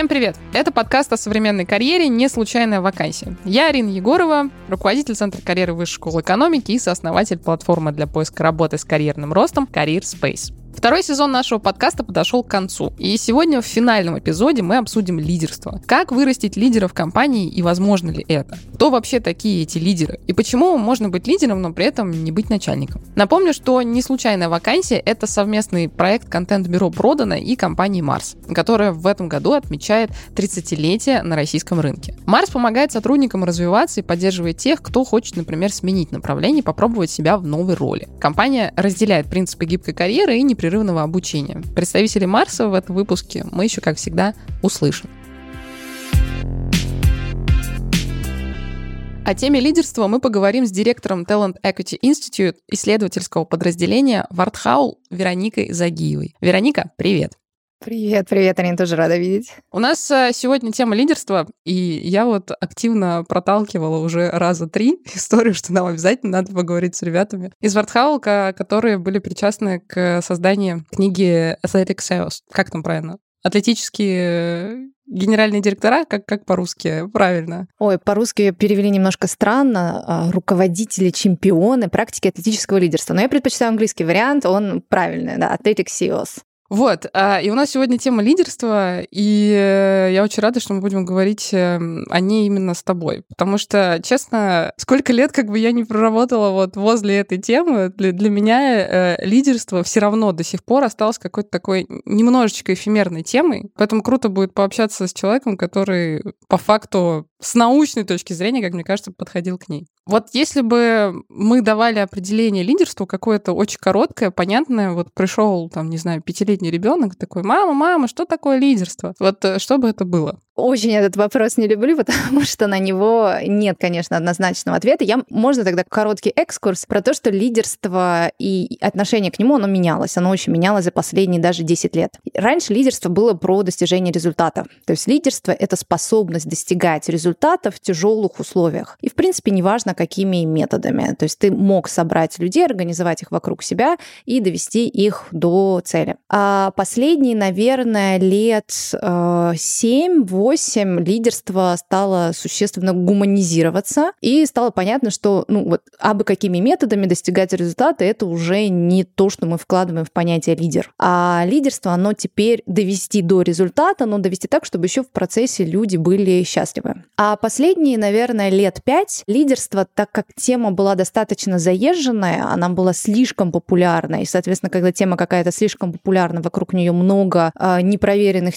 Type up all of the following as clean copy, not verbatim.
Всем привет! Это подкаст о современной карьере «Не случайная вакансия». Я Арина Егорова, руководитель Центра карьеры Высшей школы экономики и сооснователь платформы для поиска работы с карьерным ростом CareerSpace. Второй сезон нашего подкаста подошел к концу, и сегодня в финальном эпизоде мы обсудим лидерство. Как вырастить лидера в компании и возможно ли это? Кто вообще такие эти лидеры? И почему можно быть лидером, но при этом не быть начальником? Напомню, что «Не случайная вакансия» — это совместный проект контент-бюро Продано и компании Mars, которая в этом году отмечает 30-летие на российском рынке. Mars помогает сотрудникам развиваться и поддерживает тех, кто хочет, например, сменить направление и попробовать себя в новой роли. Компания разделяет принципы гибкой карьеры и непрерывного обучения. Представителей Марса в этом выпуске мы еще, как всегда, услышим. О теме лидерства мы поговорим с директором Talent Equity Institute исследовательского подразделения Вартхаул Вероникой Загиевой. Вероника, привет! Привет, Арина, тоже рада видеть. У нас сегодня тема лидерства, и я вот активно проталкивала уже раза 3 историю, что нам обязательно надо поговорить с ребятами из Вартхаул, которые были причастны к созданию книги Athletic CEOs. Как там правильно? Атлетические генеральные директора, как по-русски, правильно? Ой, по-русски перевели немножко странно. Руководители, чемпионы практики атлетического лидерства. Но я предпочитаю английский вариант, он правильный, да, Athletic CEOs. Вот, и у нас сегодня тема лидерства, и я очень рада, что мы будем говорить о ней именно с тобой. Потому что, честно, сколько лет как бы я не проработала вот возле этой темы, для меня лидерство все равно до сих пор осталось какой-то такой немножечко эфемерной темой. Поэтому круто будет пообщаться с человеком, который по факту с научной точки зрения, как мне кажется, подходил к ней. Вот если бы мы давали определение лидерству какое-то очень короткое, понятное, вот пришел, там, не знаю, 5-летний ребенок такой: мама, что такое лидерство? Вот что бы это было? Очень этот вопрос не люблю, потому что на него нет, конечно, однозначного ответа. Можно тогда короткий экскурс про то, что лидерство и отношение к нему, оно менялось. Оно очень менялось за последние даже 10 лет. Раньше лидерство было про достижение результатов. То есть лидерство — это способность достигать результатов в тяжелых условиях. И, в принципе, неважно, какими методами. То есть ты мог собрать людей, организовать их вокруг себя и довести их до цели. А последние, наверное, лет 7-8 лидерство стало существенно гуманизироваться, и стало понятно, что абы какими методами достигать результата — это уже не то, что мы вкладываем в понятие лидер. А лидерство, оно теперь довести до результата, но довести так, чтобы еще в процессе люди были счастливы. А последние, наверное, лет 5 лидерство, так как тема была достаточно заезженная, она была слишком популярна, и, соответственно, когда тема какая-то слишком популярна, вокруг нее много непроверенных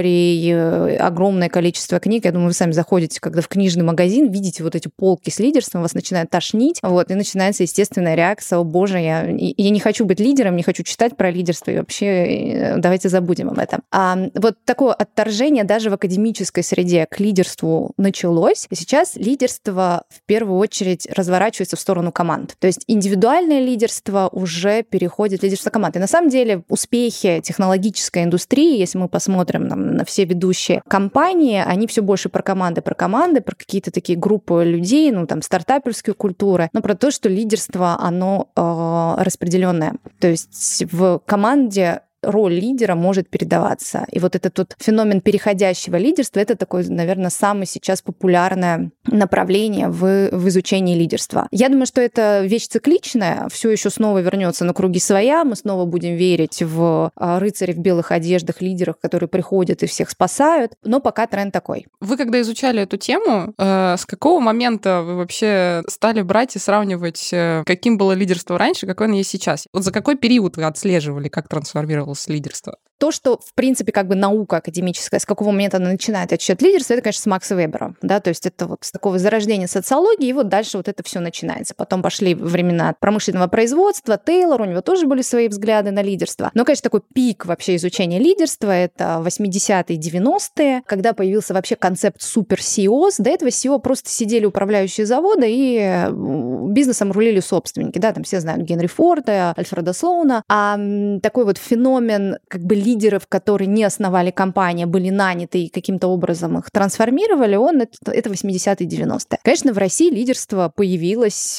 теорий, огромное количество книг. Я думаю, вы сами заходите, когда в книжный магазин, видите вот эти полки с лидерством, вас начинает тошнить, и начинается естественная реакция: о боже, я не хочу быть лидером, не хочу читать про лидерство, и вообще давайте забудем об этом. Вот такое отторжение даже в академической среде к лидерству началось, и сейчас лидерство в первую очередь разворачивается в сторону команд. То есть индивидуальное лидерство уже переходит в лидерство команд. И на самом деле успехи технологической индустрии, если мы посмотрим на все ведущие компании, они все больше про команды, про какие-то такие группы людей, стартаперскую культуру, но про то, что лидерство, оно распределенное. То есть в команде роль лидера может передаваться. И вот этот вот феномен переходящего лидерства — это такое, наверное, самое сейчас популярное направление в изучении лидерства. Я думаю, что это вещь цикличная, все еще снова вернется на круги своя, мы снова будем верить в рыцарей в белых одеждах, лидеров, которые приходят и всех спасают, но пока тренд такой. Вы когда изучали эту тему, с какого момента вы вообще стали брать и сравнивать, каким было лидерство раньше, какое оно есть сейчас? Вот за какой период вы отслеживали, как трансформировалось лидерство? То, что, в принципе, как бы наука академическая, с какого момента она начинает отсчет лидерства, это, конечно, с Макса Вебера, да, то есть это вот с такого зарождения социологии, и вот дальше вот это все начинается. Потом пошли времена промышленного производства, Тейлор, у него тоже были свои взгляды на лидерство. Но, конечно, такой пик вообще изучения лидерства — это 80-е, 90-е, когда появился вообще концепт супер-CEOs. До этого CEO просто сидели управляющие завода и бизнесом рулили собственники, да, там все знают Генри Форда, Альфреда Слоуна, а такой вот феномен как бы лидеров, которые не основали компании, были наняты и каким-то образом их трансформировали, это 80-е, 90-е. Конечно, в России лидерство появилось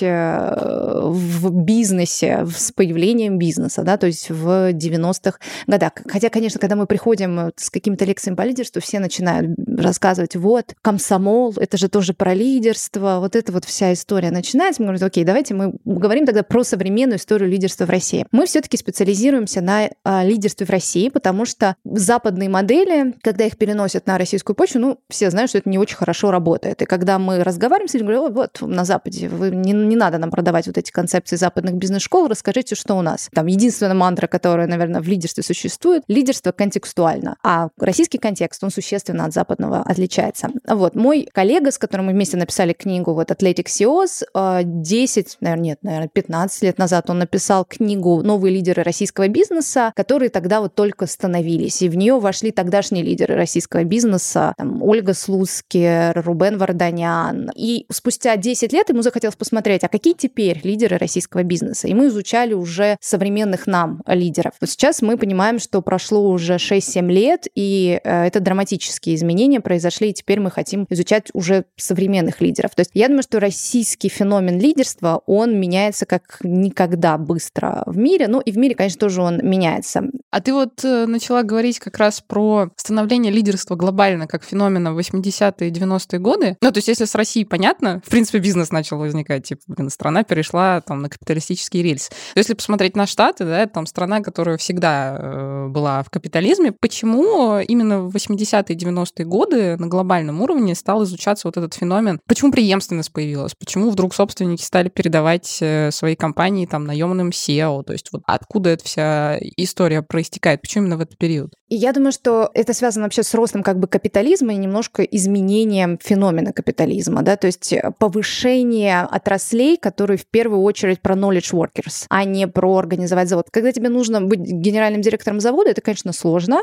в бизнесе, с появлением бизнеса, да, то есть в 90-х годах. Хотя, конечно, когда мы приходим с какими-то лекциями по лидерству, все начинают рассказывать, вот, комсомол, это же тоже про лидерство, вот эта вот вся история начинается. Мы говорим, окей, давайте мы говорим тогда про современную историю лидерства в России. Мы все-таки специализируемся на лидерстве в России, потому что западные модели, когда их переносят на российскую почву, все знают, что это не очень хорошо работает. И когда мы разговариваем с людьми, говорим, вот на Западе, не надо нам продавать вот эти концепции западных бизнес-школ, расскажите, что у нас. Там единственная мантра, которая, наверное, в лидерстве существует, лидерство контекстуально. А российский контекст, он существенно от западного отличается. Вот. Мой коллега, с которым мы вместе написали книгу Athletic CEOs, 10, наверное, 15 лет назад он написал книгу «Новые лидеры российского бизнеса», которые тогда вот только становились. И в нее вошли тогдашние лидеры российского бизнеса, там, Ольга Слуцкер, Рубен Варданян. И спустя 10 лет ему захотелось посмотреть, а какие теперь лидеры российского бизнеса? И мы изучали уже современных нам лидеров. Вот сейчас мы понимаем, что прошло уже 6-7 лет, и это драматические изменения произошли, и теперь мы хотим изучать уже современных лидеров. То есть я думаю, что российский феномен лидерства, он меняется как никогда быстро в мире. Ну и в мире, конечно, тоже он меняется. А ты вот начала говорить как раз про становление лидерства глобально как феномена в 80-е и 90-е годы. Ну, то есть если с Россией понятно, в принципе, бизнес начал возникать, типа, страна перешла там на капиталистический рельс. То если посмотреть на Штаты, да, это там страна, которая всегда была в капитализме, почему именно в 80-е и 90-е годы на глобальном уровне стал изучаться вот этот феномен? Почему преемственность появилась? Почему вдруг собственники стали передавать свои компании там наемным SEO? То есть вот откуда эта вся история проистекает? Почему именно в этот период? И я думаю, что это связано вообще с ростом как бы капитализма и немножко изменением феномена капитализма, да, то есть повышение отраслей, которые в первую очередь про knowledge workers, а не про организовать завод. Когда тебе нужно быть генеральным директором завода, это, конечно, сложно,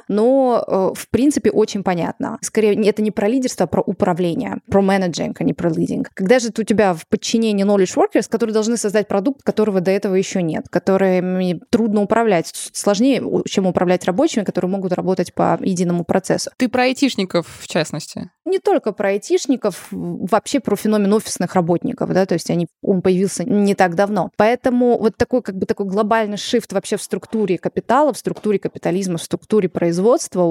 но в принципе очень понятно. Скорее, это не про лидерство, а про управление, про менеджинг, а не про лидинг. Когда же у тебя в подчинении knowledge workers, которые должны создать продукт, которого до этого еще нет, которыми трудно управлять, сложнее, чем управлять рабочими, которые могут работать по единому процессу. Ты про айтишников, в частности? Не только про айтишников, вообще про феномен офисных работников, да, то есть он появился не так давно. Поэтому вот такой глобальный шифт вообще в структуре капитала, в структуре капитализма, в структуре производства,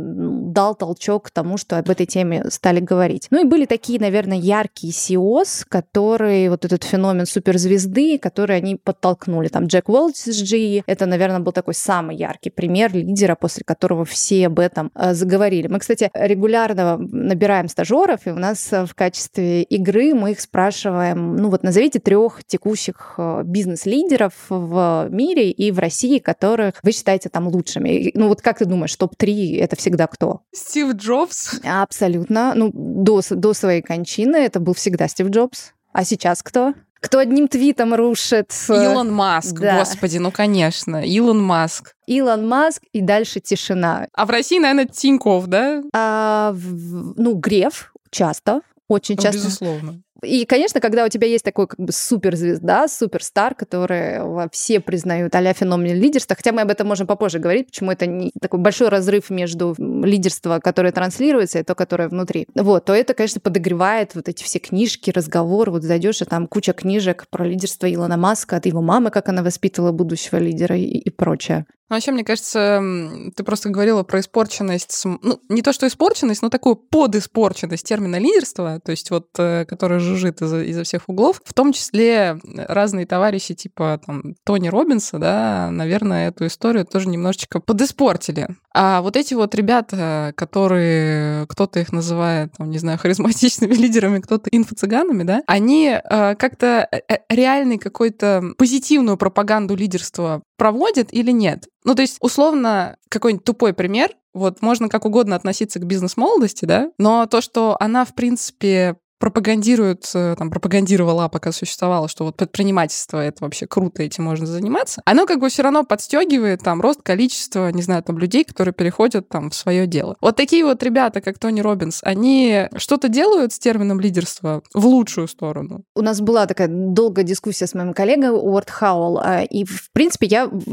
он дал толчок к тому, что об этой теме стали говорить. Ну и были такие, наверное, яркие CEOs, которые вот этот феномен суперзвезды, которые они подтолкнули. Там Джек Уэлч из GE, это, наверное, был такой самый яркий пример лидера, после которого все об этом заговорили. Мы, кстати, регулярно набираем стажеров, и у нас в качестве игры мы их спрашиваем, назовите 3 текущих бизнес-лидеров в мире и в России, которых вы считаете там лучшими. Как ты думаешь, топ-3 это всегда кто? Стив Джобс. Абсолютно. До своей кончины это был всегда Стив Джобс. А сейчас кто? Кто одним твитом рушит? Илон Маск, да. Господи, конечно, Илон Маск. Илон Маск, и дальше тишина. А в России, наверное, Тинькофф, да? Греф часто, очень часто. Безусловно. И, конечно, когда у тебя есть такой как бы суперзвезда, суперстар, который все признают а-ля феномен лидерства, хотя мы об этом можем попозже говорить, почему это не такой большой разрыв между лидерством, которое транслируется, и то, которое внутри. То это, конечно, подогревает вот эти все книжки, разговоры. Вот зайдешь, и там куча книжек про лидерство Илона Маска, от его мамы, как она воспитывала будущего лидера и прочее. Вообще, мне кажется, ты просто говорила про испорченность, не то что испорченность, но такую подиспорченность термина лидерства, то есть которая жужжит изо всех углов. В том числе разные товарищи типа Тони Роббинса, да, наверное, эту историю тоже немножечко подиспортили. А вот эти вот ребята, которые, кто-то их называет, харизматичными лидерами, кто-то инфо-цыганами, да, они как-то реальный какой-то позитивную пропаганду лидерства проводят или нет? То есть, условно, какой-нибудь тупой пример, можно как угодно относиться к бизнес-молодости, да, но то, что она, в принципе, пропагандировала, пока существовало, что вот предпринимательство — это вообще круто, этим можно заниматься, оно как бы все равно подстегивает там рост количества, не знаю, там людей, которые переходят там в свое дело. Вот такие вот ребята, как Тони Роббинс, они что-то делают с термином лидерства в лучшую сторону? У нас была такая долгая дискуссия с моим коллегой Уорд Хауэлл, и, в принципе,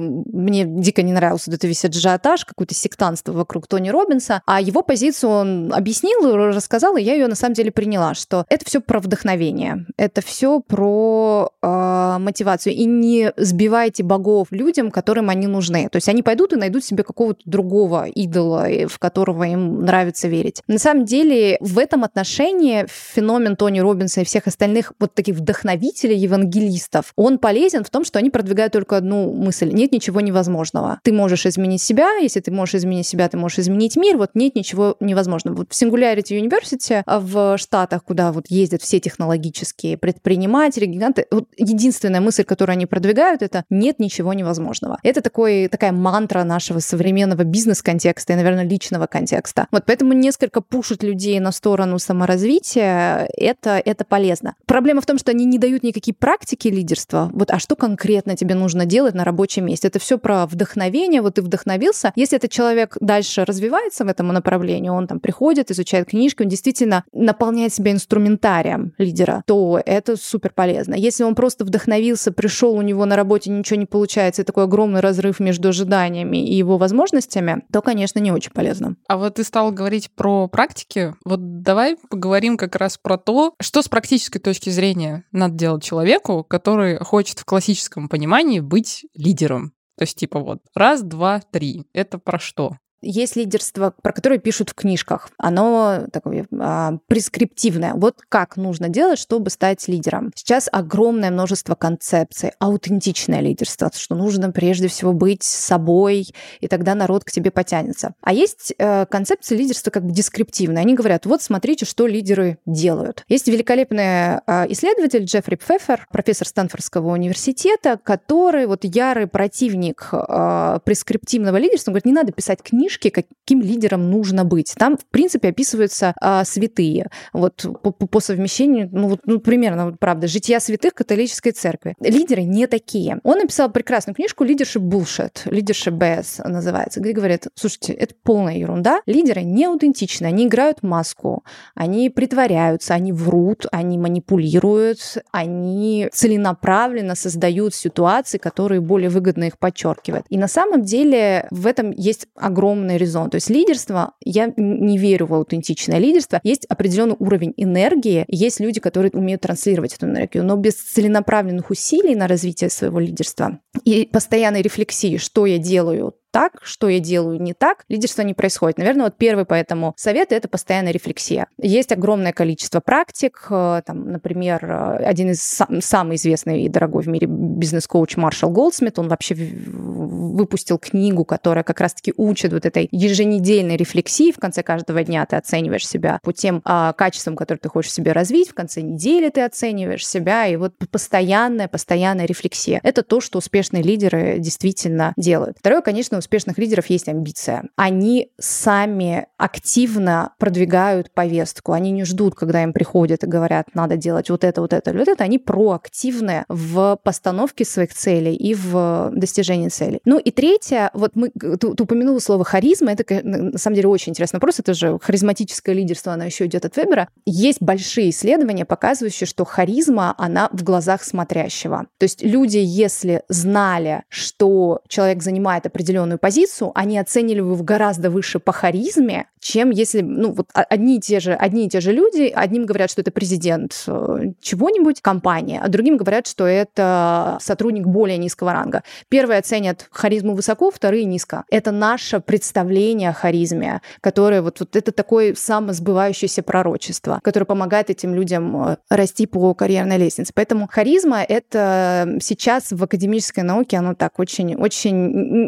мне дико не нравился вот это весь ажиотаж, какое-то сектантство вокруг Тони Роббинса, а его позицию он объяснил, рассказал, и я ее на самом деле приняла, что это все про вдохновение, это все про мотивацию, и не сбивайте богов людям, которым они нужны. То есть они пойдут и найдут себе какого-то другого идола, в которого им нравится верить. На самом деле в этом отношении феномен Тони Роббинса и всех остальных вот таких вдохновителей, евангелистов, он полезен в том, что они продвигают только одну мысль: нет ничего невозможного. Ты можешь изменить себя, если ты можешь изменить себя, ты можешь изменить мир, вот нет ничего невозможного. Вот в Singularity University в Штатах, куда вот ездят все технологические предприниматели, гиганты, вот единственная мысль, которую они продвигают, это нет ничего невозможного. Это такая мантра нашего современного бизнес-контекста и, наверное, личного контекста. Вот поэтому несколько пушить людей на сторону саморазвития, это полезно. Проблема в том, что они не дают никакие практики лидерства. Вот, а что конкретно тебе нужно делать на рабочем месте? Это все про вдохновение. Вот ты вдохновился. Если этот человек дальше развивается в этом направлении, он там приходит, изучает книжки, он действительно наполняет себя инструментарием лидера, то это супер полезно. Если он просто вдохновился, пришел, у него на работе ничего не получается, и такой огромный разрыв между ожиданиями и его возможностями, то, конечно, не очень полезно. А вот ты стала говорить про практики. Вот давай поговорим как раз про то, что с практической точки зрения надо делать человеку, который хочет в классическом понимании быть лидером. То есть типа вот 1, 2, 3. Это про что? Есть лидерство, про которое пишут в книжках. Оно такое прескриптивное. Вот как нужно делать, чтобы стать лидером. Сейчас огромное множество концепций. Аутентичное лидерство, что нужно прежде всего быть собой, и тогда народ к тебе потянется. А есть концепция лидерства как бы дескриптивная. Они говорят: вот смотрите, что лидеры делают. Есть великолепный исследователь Джеффри Пфеффер, профессор Стэнфордского университета, который вот ярый противник прескриптивного лидерства. Он говорит: не надо писать книжки, каким лидером нужно быть. Там, в принципе, описываются святые. Вот по совмещению, примерно, правда, жития святых католической церкви. Лидеры не такие. Он написал прекрасную книжку «Leadership Bullshit», «Leadership BS» называется, где говорит: слушайте, это полная ерунда. Лидеры не аутентичны, они играют маску, они притворяются, они врут, они манипулируют, они целенаправленно создают ситуации, которые более выгодно их подчеркивают. И на самом деле в этом есть огромный резон. То есть лидерство, я не верю в аутентичное лидерство, есть определенный уровень энергии, есть люди, которые умеют транслировать эту энергию, но без целенаправленных усилий на развитие своего лидерства и постоянной рефлексии, что я делаю так, что я делаю не так, лидерство не происходит. Наверное, вот первый поэтому совет — это постоянная рефлексия. Есть огромное количество практик. Там, например, один из самый известный и дорогой в мире бизнес-коуч Маршалл Голдсмит, он вообще выпустил книгу, которая как раз-таки учит вот этой еженедельной рефлексии. В конце каждого дня ты оцениваешь себя по тем качествам, которые ты хочешь в себе развить. В конце недели ты оцениваешь себя. И вот постоянная рефлексия. Это то, что успешные лидеры действительно делают. Второе, конечно, у успешных лидеров есть амбиция. Они сами активно продвигают повестку. Они не ждут, когда им приходят и говорят: надо делать вот это, вот это, вот это. Они проактивны в постановке своих целей и в достижении целей. Ну и третье, вот ты упомянула слово харизма. Это, на самом деле, очень интересный вопрос. Это же харизматическое лидерство, оно еще идет от Вебера. Есть большие исследования, показывающие, что харизма, она в глазах смотрящего. То есть люди, если знали, что человек занимает определенную позицию, они оценили его гораздо выше по харизме, чем если, одни и те же люди, одним говорят, что это президент чего-нибудь, компании, а другим говорят, что это сотрудник более низкого ранга. Первые оценят харизму высоко, вторые низко. Это наше представление о харизме, которое вот это такое самосбывающееся пророчество, которое помогает этим людям расти по карьерной лестнице. Поэтому харизма — это сейчас в академической науке, оно так очень не очень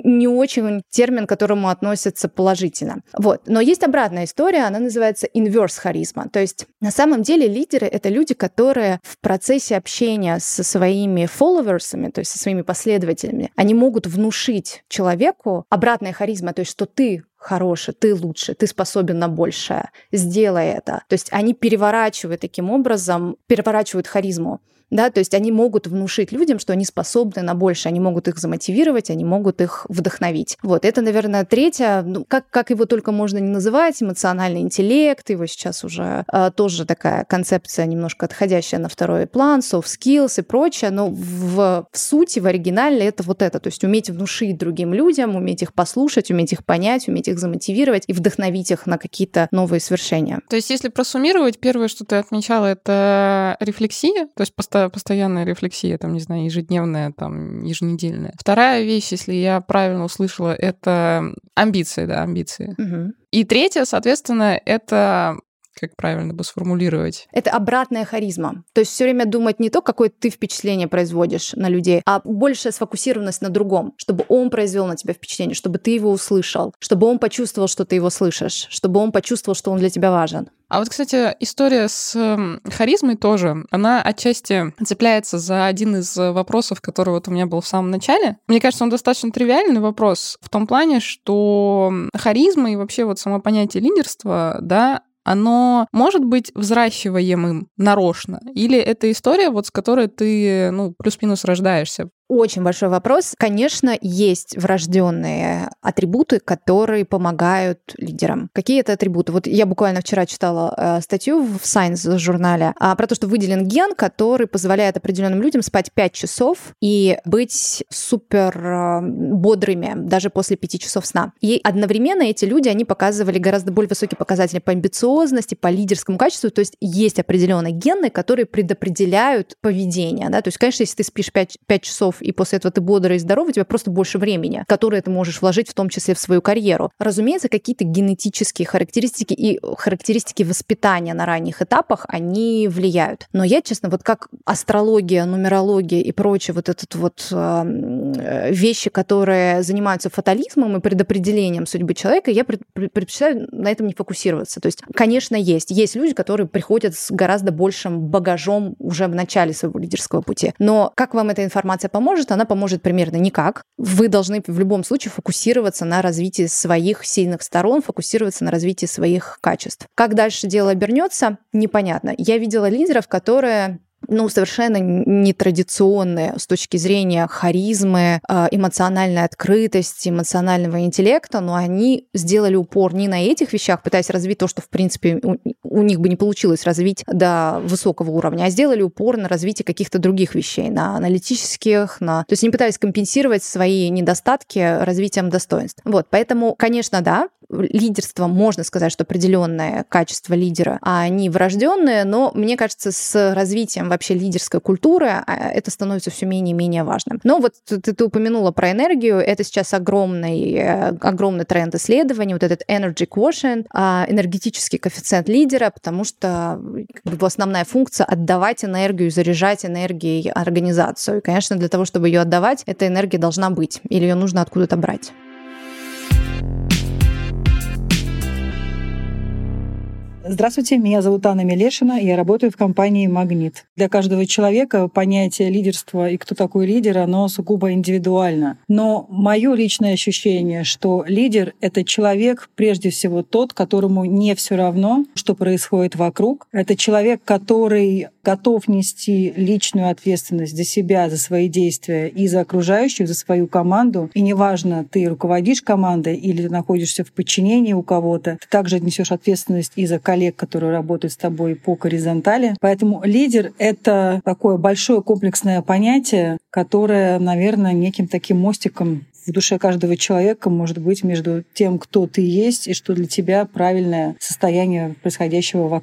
очень термин, к которому относятся положительно. Вот. Но есть обратная история, она называется inverse харизма. То есть на самом деле лидеры — это люди, которые в процессе общения со своими фолловерсами, то есть со своими последователями, они могут внушить человеку обратная харизма, то есть что ты хороший, ты лучше, ты способен на большее, сделай это. То есть они переворачивают таким образом, переворачивают харизму. Да, то есть они могут внушить людям, что они способны на больше, они могут их замотивировать, они могут их вдохновить. Вот, это, наверное, третье, как его только можно не называть, эмоциональный интеллект, его сейчас уже тоже такая концепция немножко отходящая на второй план, soft skills и прочее, но в сути, в оригинале это вот это, то есть уметь внушить другим людям, уметь их послушать, уметь их понять, уметь их замотивировать и вдохновить их на какие-то новые свершения. То есть если просуммировать, первое, что ты отмечала, это рефлексия, то есть постоянная рефлексия, там, не знаю, ежедневная, там, еженедельная. Вторая вещь, если я правильно услышала, это амбиции, да, амбиции. Угу. И третье, соответственно, это... Как правильно бы сформулировать? Это обратная харизма. То есть все время думать не то, какое ты впечатление производишь на людей, а большая сфокусированность на другом, чтобы он произвел на тебя впечатление, чтобы ты его услышал, чтобы он почувствовал, что ты его слышишь, чтобы он почувствовал, что он для тебя важен. А вот, кстати, история с харизмой тоже, она отчасти цепляется за один из вопросов, который вот у меня был в самом начале. Мне кажется, он достаточно тривиальный вопрос в том плане, что харизма и вообще вот само понятие лидерства, да, оно может быть взращиваемым нарочно? Или это история, вот с которой ты, плюс-минус рождаешься? Очень большой вопрос. Конечно, есть врожденные атрибуты, которые помогают лидерам. Какие это атрибуты? Вот я буквально вчера читала статью в Science журнале про то, что выделен ген, который позволяет определенным людям спать 5 часов и быть супер бодрыми даже после 5 часов сна. И одновременно эти люди, они показывали гораздо более высокие показатели по амбициозности, по лидерскому качеству. То есть есть определенные гены, которые предопределяют поведение. Да? То есть, конечно, если ты спишь 5 часов и после этого ты бодрый и здоровый, у тебя просто больше времени, которое ты можешь вложить в том числе в свою карьеру. Разумеется, какие-то генетические характеристики и характеристики воспитания на ранних этапах, они влияют. Но я, честно, вот как астрология, нумерология и прочие вот этот вот вещи, которые занимаются фатализмом и предопределением судьбы человека, я предпочитаю на этом не фокусироваться. То есть, конечно, есть люди, которые приходят с гораздо большим багажом уже в начале своего лидерского пути. Но как вам эта информация поможет? Она поможет примерно никак. Вы должны в любом случае фокусироваться на развитии своих сильных сторон, фокусироваться на развитии своих качеств. Как дальше дело обернется, непонятно. Я видела лидеров, которые совершенно нетрадиционные с точки зрения харизмы, эмоциональной открытости, эмоционального интеллекта, но они сделали упор не на этих вещах, пытаясь развить то, что, в принципе, у них бы не получилось развить до высокого уровня, а сделали упор на развитие каких-то других вещей, на аналитических, То есть они пытались компенсировать свои недостатки развитием достоинств. Вот, поэтому, конечно, да, лидерство, можно сказать, что определенное качество лидера, а они врожденные, но мне кажется, с развитием вообще лидерской культуры это становится все менее и менее важным. Но вот ты упомянула про энергию, это сейчас огромный тренд исследований, вот этот energy quotient, энергетический коэффициент лидера, потому что его основная функция — отдавать энергию, заряжать энергией организацию. И, конечно, для того, чтобы ее отдавать, эта энергия должна быть, или ее нужно откуда-то брать. Здравствуйте, меня зовут Анна Мелешина, я работаю в компании «Магнит». Для каждого человека понятие лидерства и кто такой лидер, оно сугубо индивидуально. Но мое личное ощущение, что лидер — это человек, прежде всего тот, которому не все равно, что происходит вокруг. Это человек, который готов нести личную ответственность за себя, за свои действия и за окружающих, за свою команду. И неважно, ты руководишь командой или находишься в подчинении у кого-то, ты также несешь ответственность и за коллег, которые работают с тобой по горизонтали. Поэтому лидер — это такое большое комплексное понятие, которое, наверное, неким таким мостиком в душе каждого человека может быть между тем, кто ты есть, и что для тебя правильное состояние происходящего вокруг.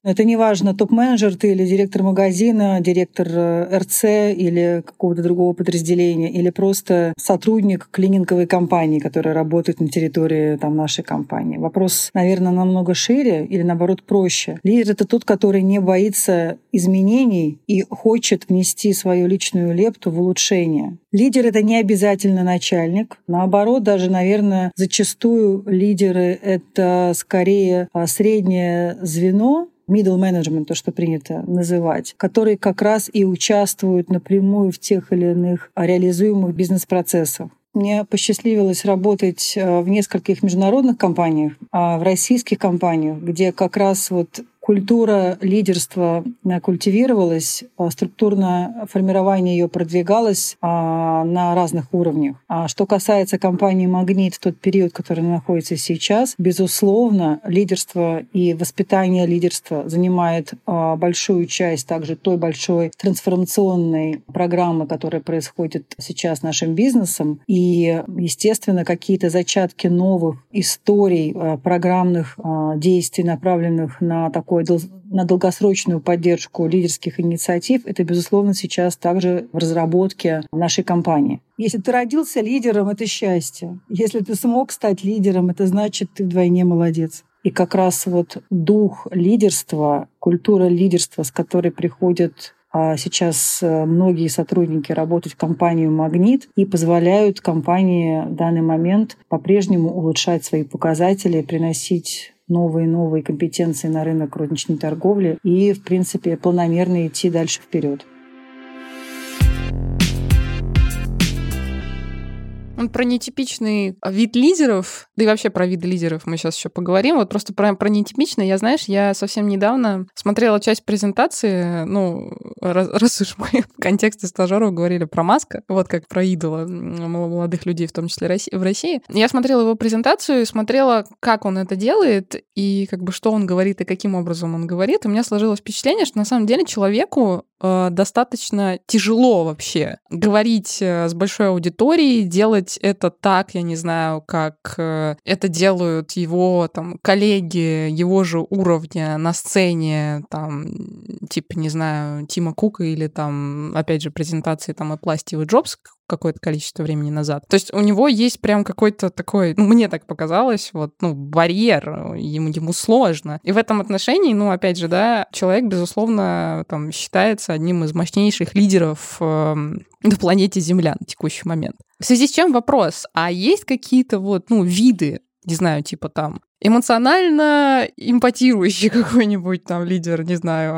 Это не важно, топ-менеджер ты или директор магазина, директор РЦ или какого-то другого подразделения, или просто сотрудник клининговой компании, которая работает на территории нашей компании. Вопрос, наверное, намного шире или, наоборот, проще. Лидер — это тот, который не боится изменений и хочет внести свою личную лепту в улучшение. Лидер — это не обязательно начальник. Наоборот, даже, наверное, зачастую лидеры — это скорее среднее звено, middle management, то, что принято называть, которые как раз и участвуют напрямую в тех или иных реализуемых бизнес-процессах. Мне посчастливилось работать в нескольких международных компаниях, в российских компаниях, где как раз культура лидерства культивировалась, структурное формирование ее продвигалось на разных уровнях. А что касается компании «Магнит», в тот период, который находится сейчас, безусловно, лидерство и воспитание лидерства занимает большую часть также той большой трансформационной программы, которая происходит сейчас с нашим бизнесом. И, естественно, какие-то зачатки новых историй, программных действий, направленных на долгосрочную поддержку лидерских инициатив, это, безусловно, сейчас также в разработке нашей компании. Если ты родился лидером, это счастье. Если ты смог стать лидером, это значит, ты вдвойне молодец. И как раз дух лидерства, культура лидерства, с которой приходят сейчас многие сотрудники работать в компанию «Магнит» и позволяют компании в данный момент по-прежнему улучшать свои показатели, приносить новые и новые компетенции на рынок розничной торговли и, в принципе, планомерно идти дальше вперед. Про нетипичный вид лидеров, да и вообще про виды лидеров мы сейчас еще поговорим. Просто про нетипичный. Я совсем недавно смотрела часть презентации, раз уж мы в контексте стажеров говорили про Маска, как про идола молодых людей, в том числе в России. Я смотрела его презентацию и смотрела, как он это делает, и что он говорит, и каким образом он говорит. У меня сложилось впечатление, что на самом деле человеку достаточно тяжело вообще говорить с большой аудиторией, делать это так, я не знаю, как это делают его коллеги его же уровня на сцене, не знаю, Тима Кука или опять же, презентации Apple, Стива Джобс какое-то количество времени назад. То есть у него есть прям какой-то такой, мне так показалось, барьер, ему сложно. И в этом отношении, опять же, человек, безусловно, считается одним из мощнейших лидеров на планете Земля на текущий момент. В связи с чем вопрос, а есть какие-то виды, не знаю, эмоционально импотирующий какой-нибудь лидер, не знаю,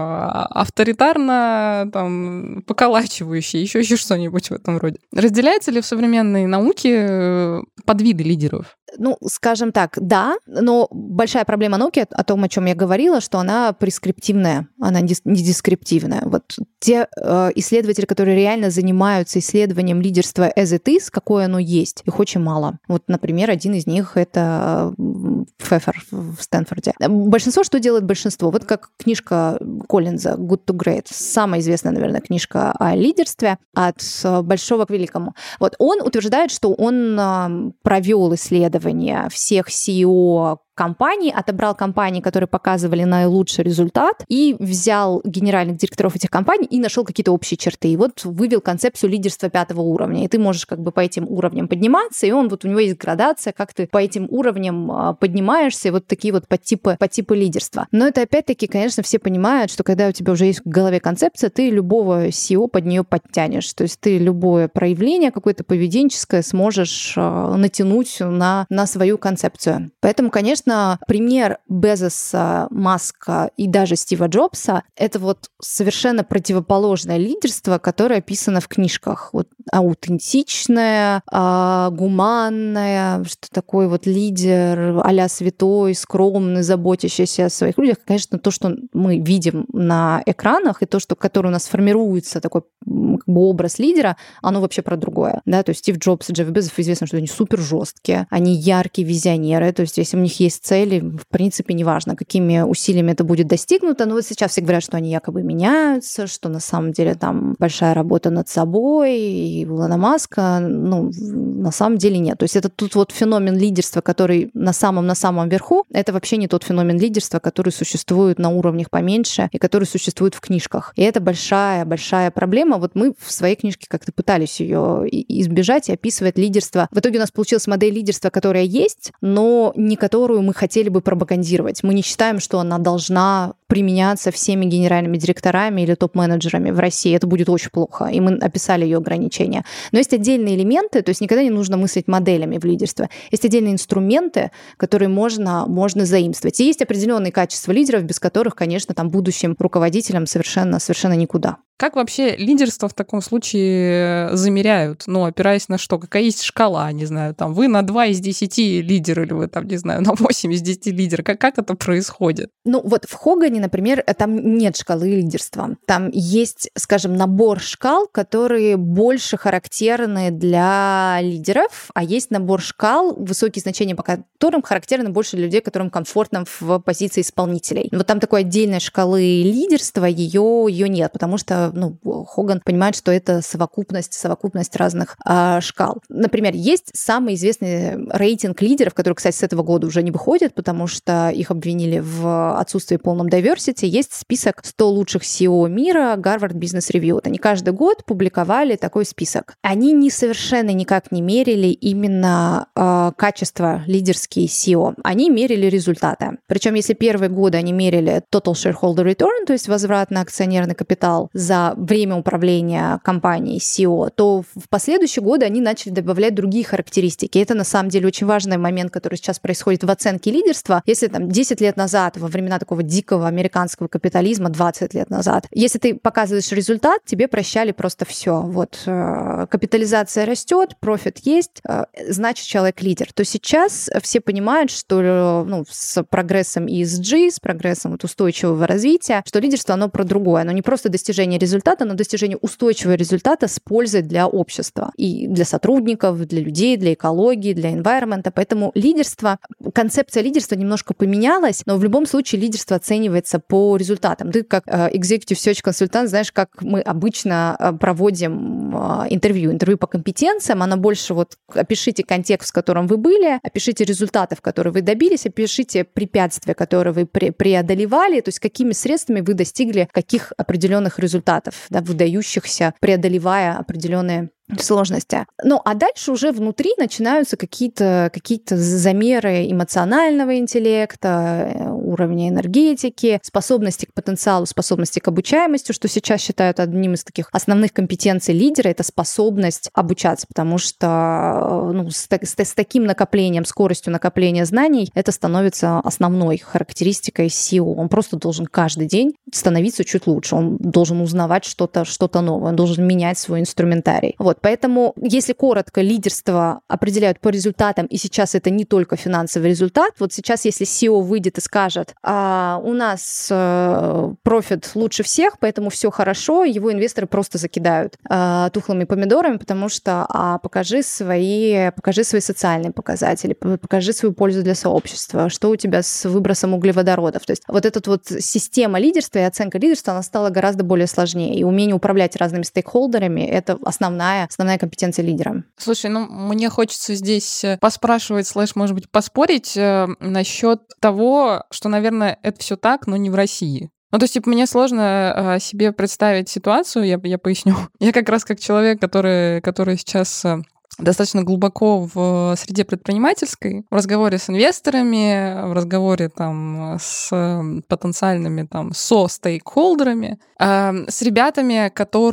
авторитарно поколачивающий, еще что-нибудь в этом роде. Разделяются ли в современной науке подвиды лидеров? Скажем так, да, но большая проблема науки, о том, о чем я говорила, что она прескриптивная, она не дескриптивная. Те исследователи, которые реально занимаются исследованием лидерства as it is, какое оно есть, их очень мало. Например, один из них — это Пфеффер в Стэнфорде. Большинство, что делает большинство? Как книжка Коллинза «Good to Great», самая известная, наверное, книжка о лидерстве «От большого к великому». Он утверждает, что он провел исследование всех CEO компаний, отобрал компании, которые показывали наилучший результат, и взял генеральных директоров этих компаний и нашел какие-то общие черты. И вывел концепцию лидерства 5-го уровня. И ты можешь по этим уровням подниматься, и у него есть градация, как ты по этим уровням поднимаешься, и такие подтипы лидерства. Но это опять-таки, конечно, все понимают, что когда у тебя уже есть в голове концепция, ты любого CEO под нее подтянешь. То есть ты любое проявление какое-то поведенческое сможешь натянуть на свою концепцию. Поэтому, конечно, пример Безоса, Маска и даже Стива Джобса — это совершенно противоположное лидерство, которое описано в книжках. Аутентичное, гуманное, что такой лидер а-ля святой, скромный, заботящийся о своих людях. Конечно, то, что мы видим на экранах, и то, которое у нас формируется, такой образ лидера, оно вообще про другое. Да? То есть Стив Джобс и Джефф Безос, известно, что они супер жесткие, они яркие визионеры, то есть если у них есть цели, в принципе, неважно, какими усилиями это будет достигнуто, но сейчас все говорят, что они якобы меняются, что на самом деле большая работа над собой, и у Илона Маска, на самом деле нет. То есть это тут феномен лидерства, который на самом верху, это вообще не тот феномен лидерства, который существует на уровнях поменьше и который существует в книжках. И это большая проблема. Вот мы в своей книжке как-то пытались ее избежать и описывать лидерство. В итоге у нас получилась модель лидерства, которая есть, но не которую мы хотели бы пропагандировать. Мы не считаем, что она должна применяться всеми генеральными директорами или топ-менеджерами в России. Это будет очень плохо. И мы описали ее ограничения. Но есть отдельные элементы, то есть никогда не нужно мыслить моделями в лидерстве. Есть отдельные инструменты, которые можно заимствовать. И есть определенные качества лидеров, без которых, конечно, там будущим руководителям совершенно никуда. Как вообще лидерство в таком случае замеряют? Ну, опираясь на что? Какая есть шкала, не знаю, там, вы на 2 из 10 лидер, или вы там, не знаю, на 8 из 10 лидер. Как это происходит? Ну, вот в Хогане, например, там нет шкалы лидерства. Там есть, скажем, набор шкал, которые больше характерны для лидеров, а есть набор шкал, высокие значения по которым характерны больше для людей, которым комфортно в позиции исполнителей. Вот там такой отдельной шкалы лидерства ее нет, потому что Хоган понимает, что это совокупность разных шкал. Например, есть самый известный рейтинг лидеров, который, кстати, с этого года уже не выходит, потому что их обвинили в отсутствии полном diversity. Есть список 100 лучших CEO мира Harvard Business Review. Вот они каждый год публиковали такой список. Они совершенно никак не мерили именно качество лидерские CEO. Они мерили результаты. Причем, если первые годы они мерили Total Shareholder Return, то есть возврат на акционерный капитал за время управления компанией CEO, то в последующие годы они начали добавлять другие характеристики. Это на самом деле очень важный момент, который сейчас происходит в оценке лидерства. Если там 10 лет назад, во времена такого дикого американского капитализма, 20 лет назад, если ты показываешь результат, тебе прощали просто все. Вот капитализация растет, профит есть, значит, человек лидер. То сейчас все понимают, что с прогрессом ESG, с прогрессом устойчивого развития, что лидерство, оно про другое. Оно не просто достижение результата, но достижение устойчивого результата с пользой для общества и для сотрудников, для людей, для экологии, для environment. Поэтому концепция лидерства немножко поменялась, но в любом случае лидерство оценивается по результатам. Ты как executive search консультант знаешь, как мы обычно проводим интервью по компетенциям. Оно больше опишите контекст, в котором вы были, опишите результаты, которые вы добились, опишите препятствия, которые вы преодолевали, то есть какими средствами вы достигли каких определенных результатов, выдающихся, преодолевая определенные сложности. А дальше уже внутри начинаются какие-то замеры эмоционального интеллекта, уровня энергетики, способности к потенциалу, способности к обучаемости, что сейчас считают одним из таких основных компетенций лидера, это способность обучаться, потому что с таким накоплением, скоростью накопления знаний это становится основной характеристикой CEO. Он просто должен каждый день становиться чуть лучше, он должен узнавать что-то новое, он должен менять свой инструментарий. Поэтому, если коротко, лидерство определяют по результатам, и сейчас это не только финансовый результат. Вот сейчас, если CEO выйдет и скажет, у нас профит лучше всех, поэтому все хорошо, его инвесторы просто закидают тухлыми помидорами, потому что покажи свои социальные показатели, покажи свою пользу для сообщества, что у тебя с выбросом углеводородов. То есть эта система лидерства и оценка лидерства, она стала гораздо более сложнее. И умение управлять разными стейкхолдерами — это основная компетенция лидера. Слушай, мне хочется здесь поспрашивать, может быть, поспорить насчет того, что, наверное, это все так, но не в России. То есть, мне сложно себе представить ситуацию, я поясню. Я как раз как человек, который сейчас достаточно глубоко в среде предпринимательской, в разговоре с инвесторами, в разговоре с потенциальными со-стейкхолдерами, с ребятами,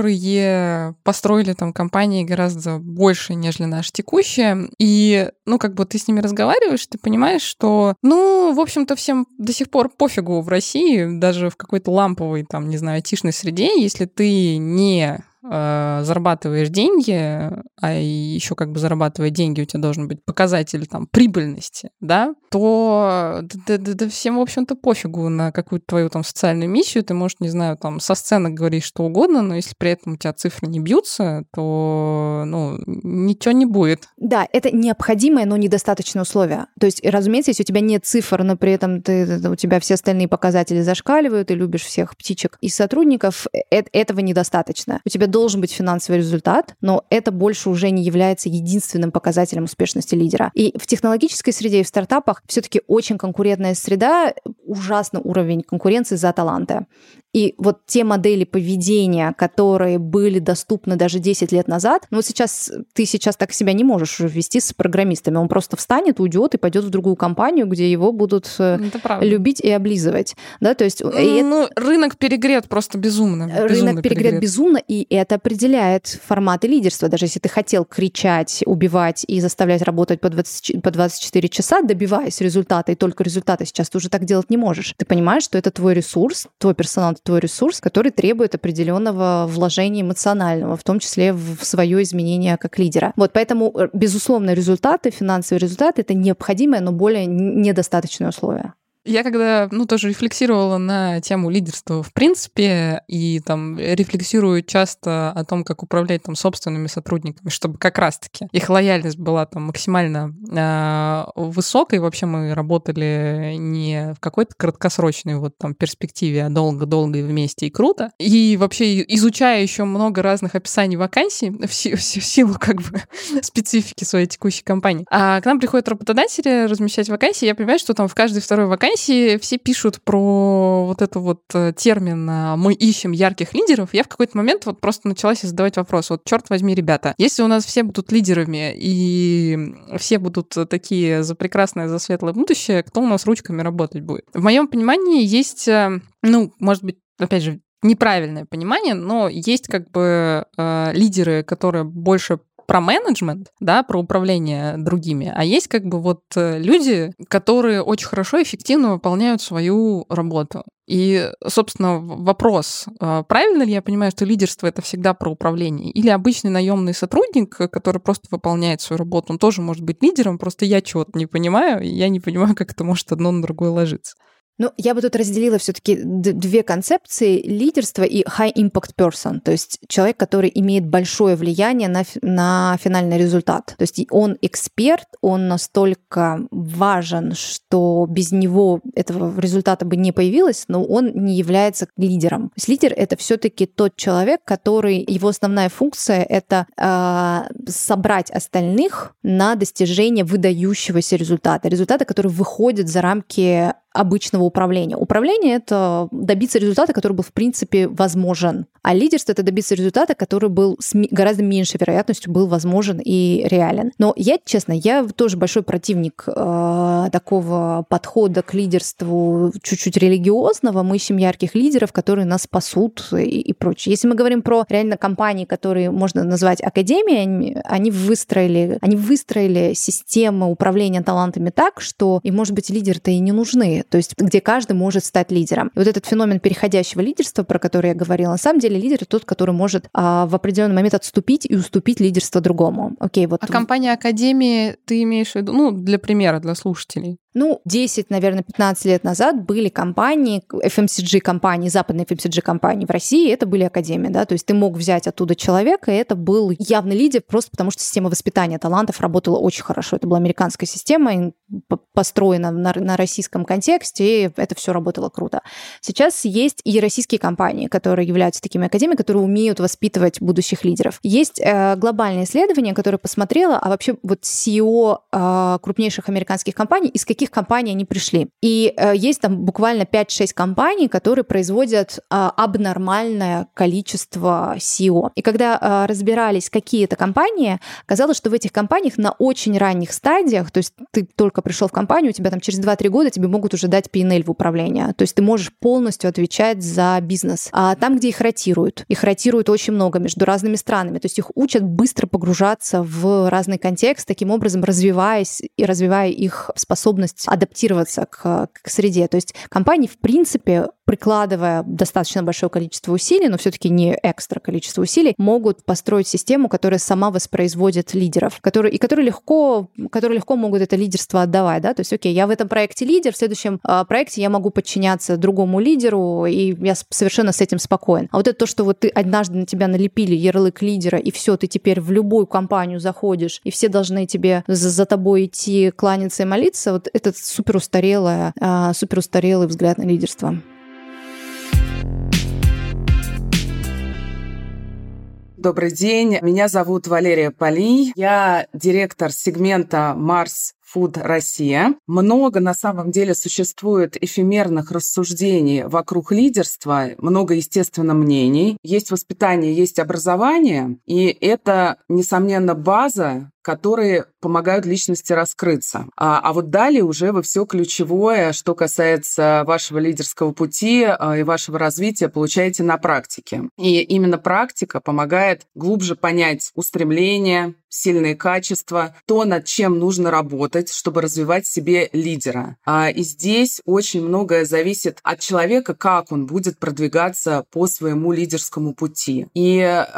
которые построили компании гораздо больше, нежели наши текущие. И, ты с ними разговариваешь, ты понимаешь, что, в общем-то, всем до сих пор пофигу в России, даже в какой-то ламповой, айтишной среде, если ты не зарабатываешь деньги, а еще зарабатывая деньги, у тебя должен быть показатель прибыльности, да, то всем, в общем-то, пофигу на какую-то твою социальную миссию. Ты можешь, не знаю, со сцены говорить что угодно, но если при этом у тебя цифры не бьются, то, ничего не будет. Да, это необходимое, но недостаточное условие. То есть, разумеется, если у тебя нет цифр, но при этом у тебя все остальные показатели зашкаливают, ты любишь всех птичек и сотрудников, этого недостаточно. У тебя должен быть финансовый результат, но это больше уже не является единственным показателем успешности лидера. И в технологической среде, и в стартапах все-таки очень конкурентная среда, ужасный уровень конкуренции за таланты. И вот те модели поведения, которые были доступны даже 10 лет назад, ну вот ты сейчас так себя не можешь уже вести с программистами. Он просто встанет, уйдет и пойдет в другую компанию, где его будут любить и облизывать. Да, то есть, рынок перегрет просто безумно. Рынок перегрет безумно, и это определяет форматы лидерства. Даже если ты хотел кричать, убивать и заставлять работать по 24 часа, добиваясь результата, и только результата, сейчас ты уже так делать не можешь. Ты понимаешь, что это твой ресурс, твой персонал, твой ресурс, который требует определенного вложения эмоционального, в том числе в свое изменение как лидера. Вот поэтому, безусловно, финансовые результаты — это необходимое, но более недостаточное условие. Я когда, тоже рефлексировала на тему лидерства в принципе, и там рефлексирую часто о том, как управлять там собственными сотрудниками, чтобы как раз-таки их лояльность была там максимально высокой. Вообще мы работали не в какой-то краткосрочной вот там перспективе, а долго-долго и вместе, и круто. И вообще изучая еще много разных описаний вакансий в силу как бы специфики своей текущей компании. А к нам приходят работодатели размещать вакансии, я понимаю, что там в каждой второй вакансии все пишут про вот это вот термин «мы ищем ярких лидеров». Я в какой-то момент вот просто начала себе задавать вопрос. Вот, черт возьми, ребята, если у нас все будут лидерами и все будут такие за прекрасное, за светлое будущее, кто у нас ручками работать будет? В моем понимании есть, может быть, опять же, неправильное понимание, но есть как бы лидеры, которые больше про менеджмент, да, про управление другими, а есть как бы вот люди, которые очень хорошо и эффективно выполняют свою работу. И, собственно, вопрос, правильно ли я понимаю, что лидерство — это всегда про управление? Или обычный наемный сотрудник, который просто выполняет свою работу, он тоже может быть лидером, просто я чего-то не понимаю, и я не понимаю, как это может одно на другое ложиться. Я бы тут разделила все-таки две концепции: лидерство и high impact person, то есть человек, который имеет большое влияние на финальный результат. То есть он эксперт, он настолько важен, что без него этого результата бы не появилось, но он не является лидером. То есть лидер — это все-таки тот человек, который, его основная функция — это собрать остальных на достижение выдающегося результата, который выходит за рамки обычного управления. Управление — это добиться результата, который был, в принципе, возможен. А лидерство — это добиться результата, который был с гораздо меньшей вероятностью был возможен и реален. Но я тоже большой противник такого подхода к лидерству чуть-чуть религиозного. Мы ищем ярких лидеров, которые нас спасут и прочее. Если мы говорим про реально компании, которые можно назвать академиями, они выстроили системы управления талантами так, что им, может быть, лидеры-то и не нужны. То есть где каждый может стать лидером. И вот этот феномен переходящего лидерства, про который я говорила, на самом деле лидер — тот, который может в определенный момент отступить и уступить лидерство другому. Окей, вот. А компания академии, ты имеешь в виду, для примера, для слушателей? 10, наверное, 15 лет назад были компании, FMCG-компании, западные FMCG-компании в России, это были академии, да, то есть ты мог взять оттуда человека, и это был явный лидер просто потому, что система воспитания талантов работала очень хорошо. Это была американская система, построена на российском контексте, и это все работало круто. Сейчас есть и российские компании, которые являются такими академиями, которые умеют воспитывать будущих лидеров. Есть глобальное исследование, которое посмотрело, а вообще вот CEO крупнейших американских компаний, из каких компаний они пришли. И есть там буквально 5-6 компаний, которые производят абнормальное количество CEO. И когда разбирались, какие это компании, оказалось, что в этих компаниях на очень ранних стадиях, то есть ты только пришел в компанию, у тебя там через 2-3 года тебе могут уже дать P&L в управление. То есть ты можешь полностью отвечать за бизнес. А там, где их ротируют очень много между разными странами. То есть их учат быстро погружаться в разный контекст, таким образом развивая их способность адаптироваться к среде. То есть компании, в принципе, прикладывая достаточно большое количество усилий, но все-таки не экстра количество усилий, могут построить систему, которая сама воспроизводит лидеров, которые легко могут это лидерство отдавать. Да? То есть, окей, я в этом проекте лидер, в следующем проекте я могу подчиняться другому лидеру, и я совершенно с этим спокоен. А вот это то, что вот ты однажды на тебя налепили ярлык лидера, и все, ты теперь в любую компанию заходишь, и все должны тебе за тобой идти, кланяться и молиться, вот этот суперустарелый взгляд на лидерство. Добрый день. Меня зовут Валерия Полий. Я директор сегмента Mars Food Россия. Много, на самом деле, существует эфемерных рассуждений вокруг лидерства, много, естественно, мнений. Есть воспитание, есть образование, и это, несомненно, база, которые помогают личности раскрыться. А вот далее уже вы все ключевое, что касается вашего лидерского пути и вашего развития, получаете на практике. И именно практика помогает глубже понять устремления, сильные качества, то, над чем нужно работать, чтобы развивать в себе лидера. И здесь очень многое зависит от человека, как он будет продвигаться по своему лидерскому пути. И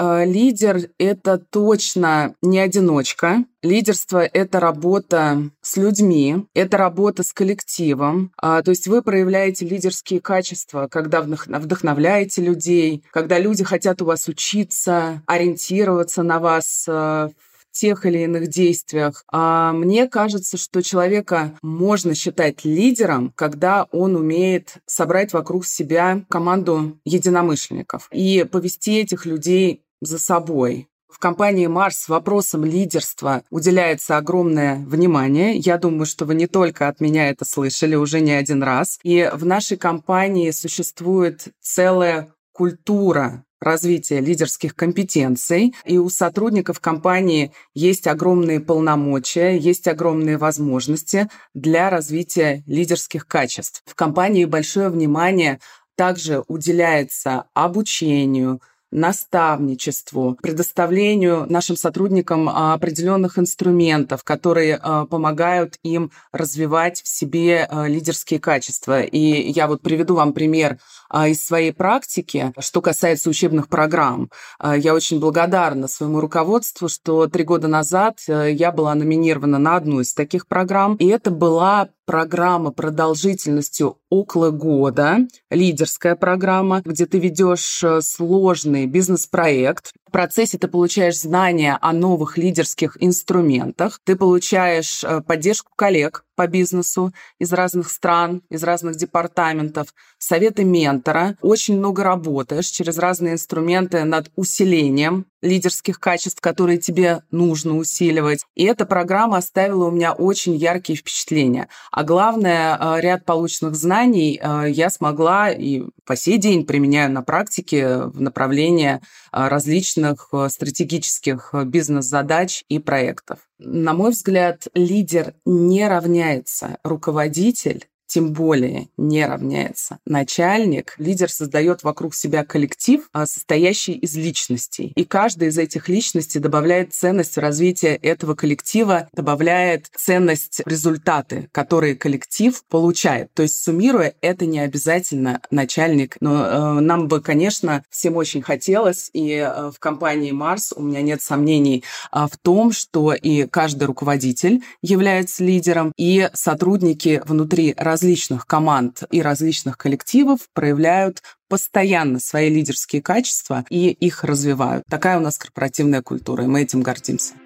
лидер — это точно не одиночка. Лидерство — это работа с людьми, это работа с коллективом. То есть вы проявляете лидерские качества, когда вдохновляете людей, когда люди хотят у вас учиться, ориентироваться на вас в тех или иных действиях. Мне кажется, что человека можно считать лидером, когда он умеет собрать вокруг себя команду единомышленников и повести этих людей за собой. В компании Mars вопросам лидерства уделяется огромное внимание. Я думаю, что вы не только от меня это слышали уже не один раз. И в нашей компании существует целая культура развития лидерских компетенций, и у сотрудников компании есть огромные полномочия, есть огромные возможности для развития лидерских качеств. В компании большое внимание также уделяется обучению, наставничеству, предоставлению нашим сотрудникам определенных инструментов, которые помогают им развивать в себе лидерские качества. И я вот приведу вам пример из своей практики, что касается учебных программ. Я очень благодарна своему руководству, что 3 года назад я была номинирована на одну из таких программ, и это была программа продолжительностью около года, лидерская программа, где ты ведешь сложный бизнес-проект. В процессе ты получаешь знания о новых лидерских инструментах, ты получаешь поддержку коллег по бизнесу из разных стран, из разных департаментов, советы ментора. Очень много работаешь через разные инструменты над усилением лидерских качеств, которые тебе нужно усиливать. И эта программа оставила у меня очень яркие впечатления. А главное, ряд полученных знаний я смогла и по сей день применяю на практике в направлении различных стратегических бизнес-задач и проектов. На мой взгляд, лидер не равняется руководитель, тем более не равняется начальник. Лидер создает вокруг себя коллектив, состоящий из личностей. И каждая из этих личностей добавляет ценность в развитие этого коллектива, добавляет ценность в результаты, которые коллектив получает. То есть, суммируя, это не обязательно начальник. Но нам бы, конечно, всем очень хотелось, и в компании Mars у меня нет сомнений в том, что и каждый руководитель является лидером, и сотрудники внутри различных команд и различных коллективов проявляют постоянно свои лидерские качества и их развивают. Такая у нас корпоративная культура, и мы этим гордимся.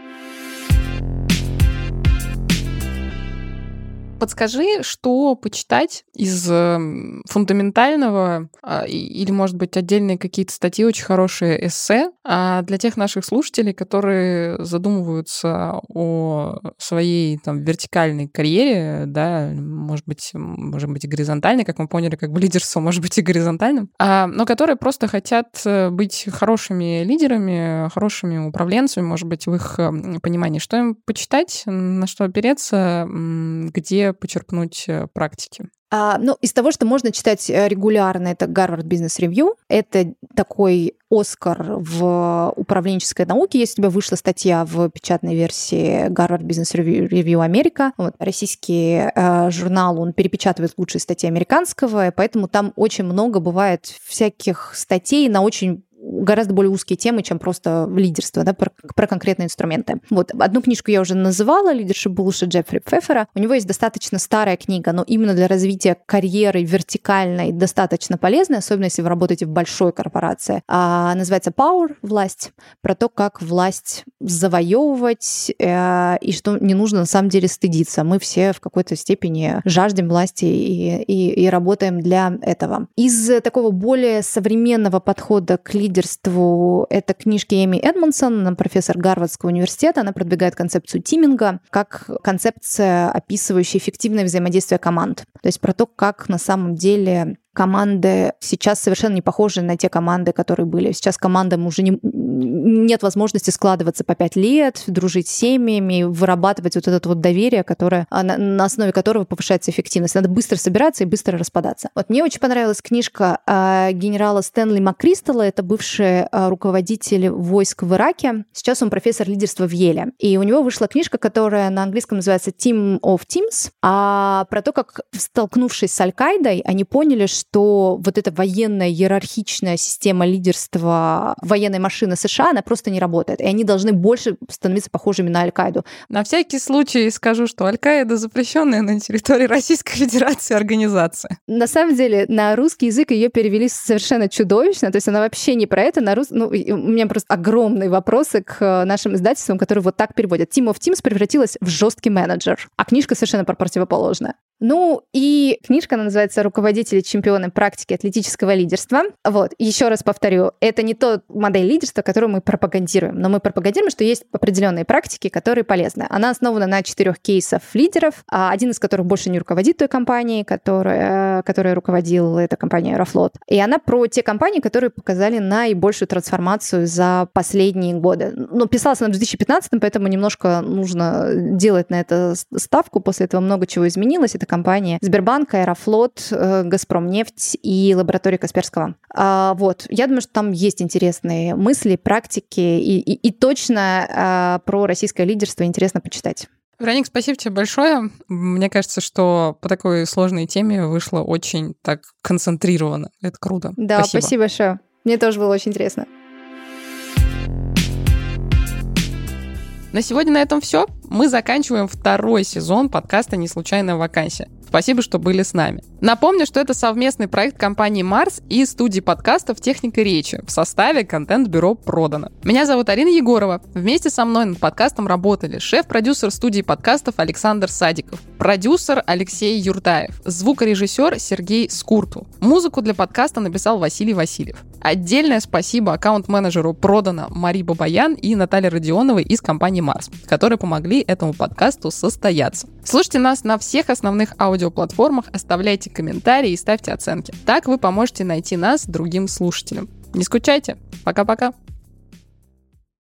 Подскажи, что почитать из фундаментального или, может быть, отдельные какие-то статьи, очень хорошие эссе для тех наших слушателей, которые задумываются о своей там вертикальной карьере, да, может быть, и горизонтальной, как мы поняли, как бы лидерство может быть и горизонтальным, но которые просто хотят быть хорошими лидерами, хорошими управленцами, может быть, в их понимании. Что им почитать, на что опереться, где почерпнуть практики? Из того, что можно читать регулярно, это Harvard Business Review. Это такой Оскар в управленческой науке. Если у тебя вышла статья в печатной версии Harvard Business Review Америка, российский журнал, он перепечатывает лучшие статьи американского, поэтому там очень много бывает всяких статей на очень гораздо более узкие темы, чем просто лидерство, да, про конкретные инструменты. Одну книжку я уже называла, «Leadership Bullshit» Джеффри Пфеффера. У него есть достаточно старая книга, но именно для развития карьеры вертикальной достаточно полезная, особенно если вы работаете в большой корпорации. Называется «Power» — власть, про то, как власть завоевывать и что не нужно на самом деле стыдиться. Мы все в какой-то степени жаждем власти и работаем для этого. Из такого более современного подхода к лидерству лидерству, это книжки Эми Эдмонсон, она профессор Гарвардского университета, она продвигает концепцию тимминга как концепция, описывающая эффективное взаимодействие команд. То есть про то, как на самом деле команды сейчас совершенно не похожи на те команды, которые были. Сейчас командам уже нет возможности складываться по 5 лет, дружить с семьями, вырабатывать вот это вот доверие, которое, на основе которого повышается эффективность. Надо быстро собираться и быстро распадаться. Вот мне очень понравилась книжка генерала Стэнли МакКристалла, это бывший руководитель войск в Ираке. Сейчас он профессор лидерства в Йеле. И у него вышла книжка, которая на английском называется «Team of Teams», про то, как, столкнувшись с Аль-Каидой, они поняли, что вот эта военная иерархичная система лидерства военной машины США, она просто не работает. И они должны больше становиться похожими на Аль-Каиду. На всякий случай скажу, что Аль-Каида запрещенная на территории Российской Федерации организация. На самом деле, на русский язык ее перевели совершенно чудовищно. То есть она вообще не про это. У меня просто огромные вопросы к нашим издательствам, которые вот так переводят. Team of Teams превратилась в жесткий менеджер, а книжка совершенно противоположная. И книжка, она называется «Руководители, чемпионы практики атлетического лидерства». Вот, еще раз повторю, это не тот модель лидерства, которую мы пропагандируем, но мы пропагандируем, что есть определенные практики, которые полезны. Она основана на 4 кейсов лидеров, один из которых больше не руководит той компанией, которая руководила эта компания Аэрофлот. И она про те компании, которые показали наибольшую трансформацию за последние годы. Писалась она в 2015, поэтому немножко нужно делать на это ставку. После этого много чего изменилось. Это компании Сбербанк, Аэрофлот, Газпромнефть и лаборатория Касперского. Я думаю, что там есть интересные мысли, практики, и точно про российское лидерство интересно почитать. Вероник, спасибо тебе большое. Мне кажется, что по такой сложной теме вышло очень так концентрированно. Это круто. Да, спасибо большое. Мне тоже было очень интересно. На сегодня на этом все. Мы заканчиваем 2-й сезон подкаста «Неслучайная вакансия». Спасибо, что были с нами. Напомню, что это совместный проект компании Марс и студии подкастов «Техника речи» в составе контент-бюро «Продано». Меня зовут Арина Егорова. Вместе со мной над подкастом работали шеф-продюсер студии подкастов Александр Садиков, продюсер Алексей Юртаев, звукорежиссер Сергей Скурту. Музыку для подкаста написал Василий Васильев. Отдельное спасибо аккаунт-менеджеру «Продано» Марии Бабаян и Наталье Родионовой из компании Марс, которые помогли этому подкасту состояться. Слушайте нас на всех основных аудиоплатформах, оставляйте комментарии и ставьте оценки. Так вы поможете найти нас другим слушателям. Не скучайте. Пока-пока.